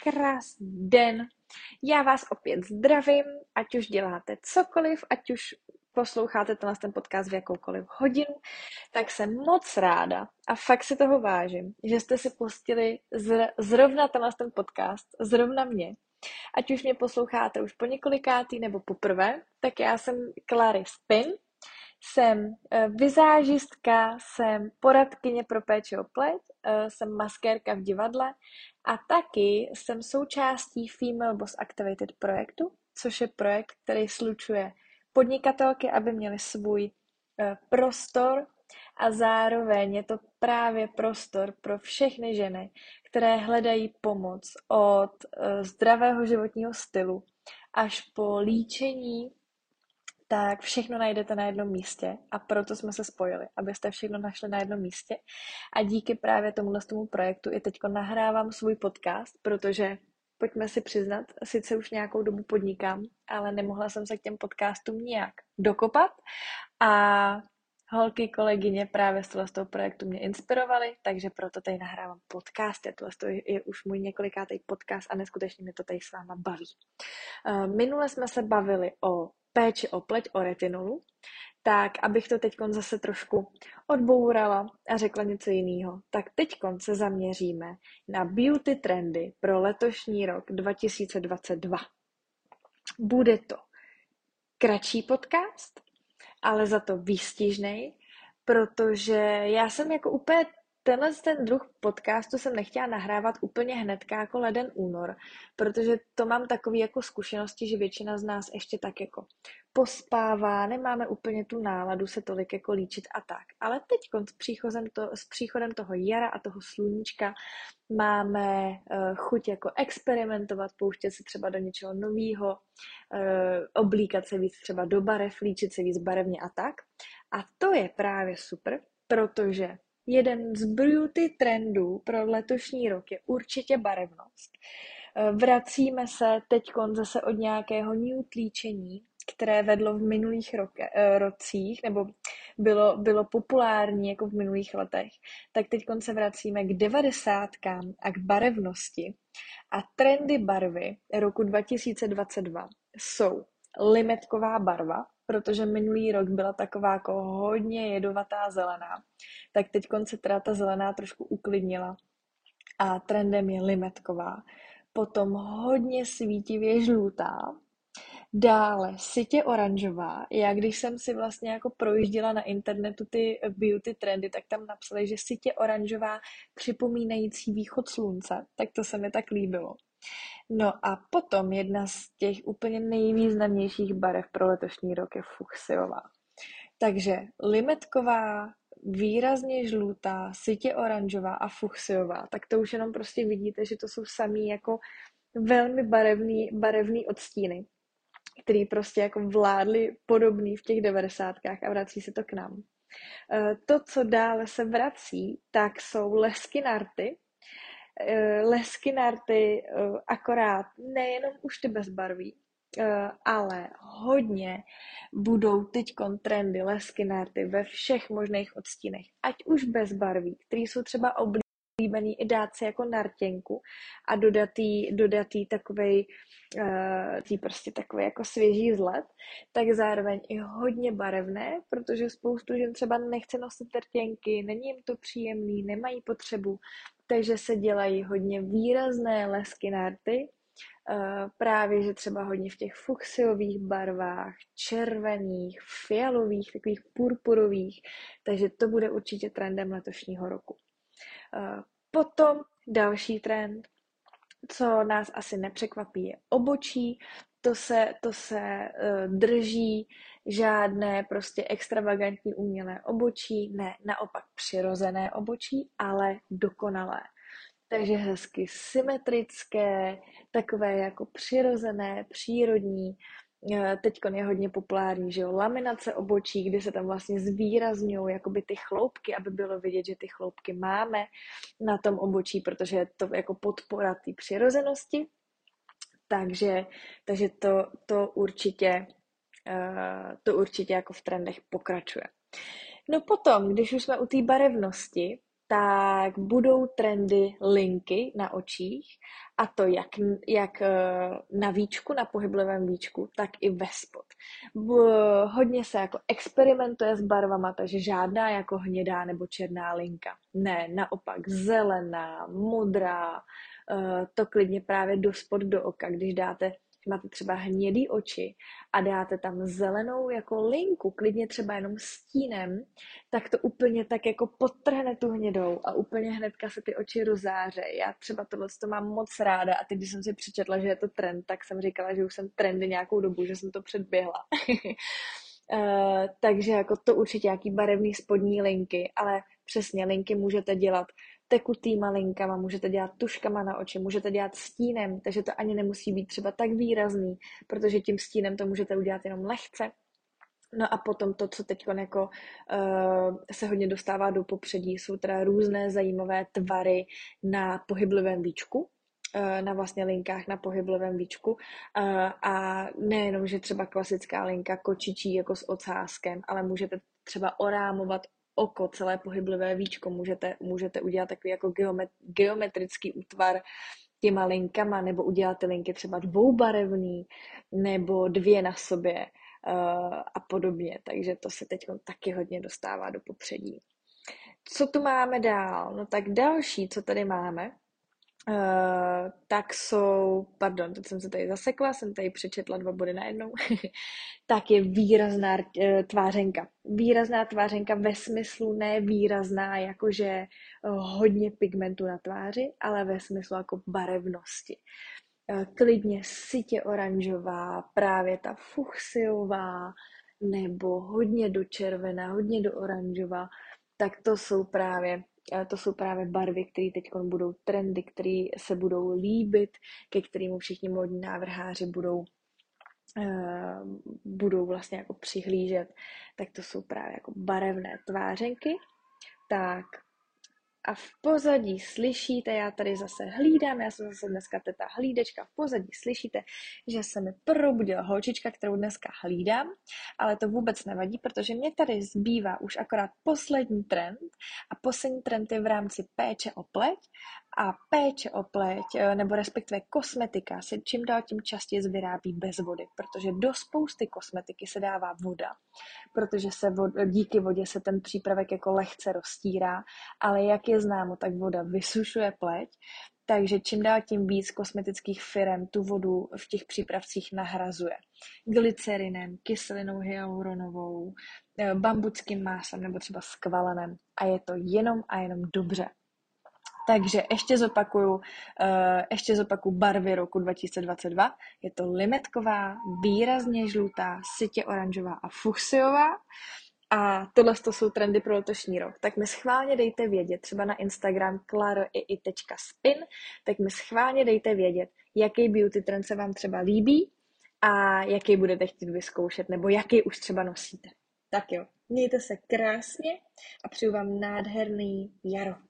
krásný den. Já vás opět zdravím, ať už děláte cokoliv, ať už posloucháte ten podcast v jakoukoliv hodinu, tak jsem moc ráda a fakt si toho vážím, že jste si pustili zrovna ten podcast, zrovna mě. Ať už mě posloucháte už po několikátý nebo poprvé, tak já jsem Clary Spin, jsem vizážistka, jsem poradkyně pro péči o pleť, jsem maskérka v divadle a taky jsem součástí Female Boss Activated projektu, což je projekt, který slučuje podnikatelky, aby měly svůj prostor a zároveň je to právě prostor pro všechny ženy, které hledají pomoc od zdravého životního stylu až po líčení, tak všechno najdete na jednom místě a proto jsme se spojili, abyste všechno našli na jednom místě. A díky právě tomu projektu i teďko nahrávám svůj podcast, protože pojďme si přiznat, sice už nějakou dobu podnikám, ale nemohla jsem se k těm podcastům nijak dokopat a holky, kolegyně právě z toho projektu mě inspirovaly, takže proto tady nahrávám podcast. To je už můj několikátý podcast a neskutečně mě to tady s váma baví. Minule jsme se bavili o péči o pleť, o retinolu, tak abych to teďkon zase trošku odbourala a řekla něco jiného, tak teďkon se zaměříme na beauty trendy pro letošní rok 2022. Bude to kratší podcast, ale za to výstižnej, protože já jsem jako úplně ten druh podcastu jsem nechtěla nahrávat úplně hnedka jako leden únor, protože to mám takový jako zkušenosti, že většina z nás ještě tak jako pospává, nemáme úplně tu náladu se tolik jako líčit a tak. Ale teď s příchodem toho jara a toho sluníčka máme chuť jako experimentovat, pouštět se třeba do něčeho nového, oblíkat se víc třeba do barev, líčit se víc barevně a tak. A to je právě super, protože jeden z beauty trendů pro letošní rok je určitě barevnost. Vracíme se teďkon zase od nějakého nude líčení, které vedlo v minulých rocích, nebo bylo populární jako v minulých letech, tak teďkon se vracíme k 90kám a k barevnosti. A trendy barvy roku 2022 jsou limetková barva, protože minulý rok byla taková jako hodně jedovatá zelená, tak teď se teda ta zelená trošku uklidnila a trendem je limetková. Potom hodně svítivě žlutá, dále sytě oranžová. Já když jsem si vlastně jako projížděla na internetu ty beauty trendy, tak tam napsali, že sytě oranžová připomínající východ slunce, tak to se mi tak líbilo. No a potom jedna z těch úplně nejvýznamnějších barev pro letošní rok je fuchsiová. Takže limetková, výrazně žlutá, sytě oranžová a fuchsiová, tak to už jenom prostě vidíte, že to jsou samý jako velmi barevný odstíny, který prostě jako vládly podobný v těch 90kách a vrací se to k nám. To, co dále se vrací, tak jsou lesky narty, akorát nejenom už ty bezbarví, ale hodně budou teďkon trendy lesky narty ve všech možných odstínech, ať už bezbarví, který jsou třeba oblíbený i dát si jako nartěnku a dodatý takovej prostě takový jako svěží vzhled, tak zároveň i hodně barevné, protože spoustu žen třeba nechce nosit rtěnky, není jim to příjemný, nemají potřebu, takže se dělají hodně výrazné lesky narty, právě, že třeba hodně v těch fuchsiových barvách, červených, fialových, takových purpurových, takže to bude určitě trendem letošního roku. Potom další trend, co nás asi nepřekvapí, je obočí. To se drží žádné prostě extravagantní umělé obočí, ne, naopak přirozené obočí, ale dokonalé. Takže hezky symetrické, takové jako přirozené, přírodní. Teďkon je hodně populární, že jo, laminace obočí, kdy se tam vlastně zvýrazňují jakoby ty chloupky, aby bylo vidět, že ty chloupky máme na tom obočí, protože je to jako podpora té přirozenosti. Takže to určitě jako v trendech pokračuje. No potom, když už jsme u té barevnosti, tak budou trendy linky na očích, a to jak na víčku, na pohyblivém víčku, tak i ve spod. Hodně se jako experimentuje s barvama, takže žádná jako hnědá nebo černá linka. Ne, naopak zelená, modrá, to klidně právě do spod do oka, když máte třeba hnědý oči a dáte tam zelenou jako linku, klidně třeba jenom stínem, tak to úplně tak jako podtrhne tu hnědou a úplně hnedka se ty oči rozáře. Já třeba tohle to mám moc ráda a teď, když jsem si přečetla, že je to trend, tak jsem říkala, že už jsem trendy nějakou dobu, že jsem to předběhla. Takže jako to určitě nějaký barevný spodní linky, ale přesně linky můžete dělat tekutýma linkama, můžete dělat tuškama na oči, můžete dělat stínem, takže to ani nemusí být třeba tak výrazný, protože tím stínem to můžete udělat jenom lehce. No a potom to, co teď jako, se hodně dostává do popředí, jsou teda různé zajímavé tvary na pohyblivém víčku, na vlastně linkách na pohyblivém víčku. A nejenom, že třeba klasická linka kočičí jako s ocáskem, ale můžete třeba orámovat oko, celé pohyblivé víčko. Můžete udělat takový jako geometrický útvar těma linkama, nebo udělat ty linky třeba dvoubarevný, nebo dvě na sobě a podobně. Takže to se teď taky hodně dostává do popředí. Co tu máme dál? No tak další, co tady máme, tak jsou, pardon, teď jsem se tady zasekla, jsem tady přečetla 2 body najednou, tak je výrazná tvářenka. Výrazná tvářenka ve smyslu ne výrazná, jakože hodně pigmentu na tváři, ale ve smyslu jako barevnosti. Klidně sytě oranžová, právě ta fuchsiová, nebo hodně do červená, hodně do oranžová, tak to jsou právě barvy, které teď budou trendy, které se budou líbit, ke kterému všichni módní návrháři budou vlastně jako přihlížet, tak to jsou právě jako barevné tvářenky. Tak a v pozadí slyšíte, já tady zase hlídám, já jsem zase dneska teta hlídečka, v pozadí slyšíte, že se mi probudila holčička, kterou dneska hlídám, ale to vůbec nevadí, protože mě tady zbývá už akorát poslední trend a poslední trend je v rámci péče o pleť a péče o pleť, nebo respektive kosmetika se čím dál tím častěji vyrábí bez vody, protože do spousty kosmetiky se dává voda, protože díky vodě se ten přípravek jako lehce roztírá, ale jak je známo, tak voda vysušuje pleť, takže čím dál tím víc kosmetických firem tu vodu v těch přípravcích nahrazuje glycerinem, kyselinou hyaluronovou, bambuckým máslem nebo třeba skvalenem a je to jenom a jenom dobře. Takže ještě zopakuju barvy roku 2022. Je to limetková, výrazně žlutá, sytě oranžová a fuchsiová. A tohle jsou trendy pro letošní rok. Tak mi schválně dejte vědět, třeba na Instagram claroii.spin, tak mi schválně dejte vědět, jaký beauty trend se vám třeba líbí a jaký budete chtít vyzkoušet, nebo jaký už třeba nosíte. Tak jo, mějte se krásně a přeju vám nádherný jaro.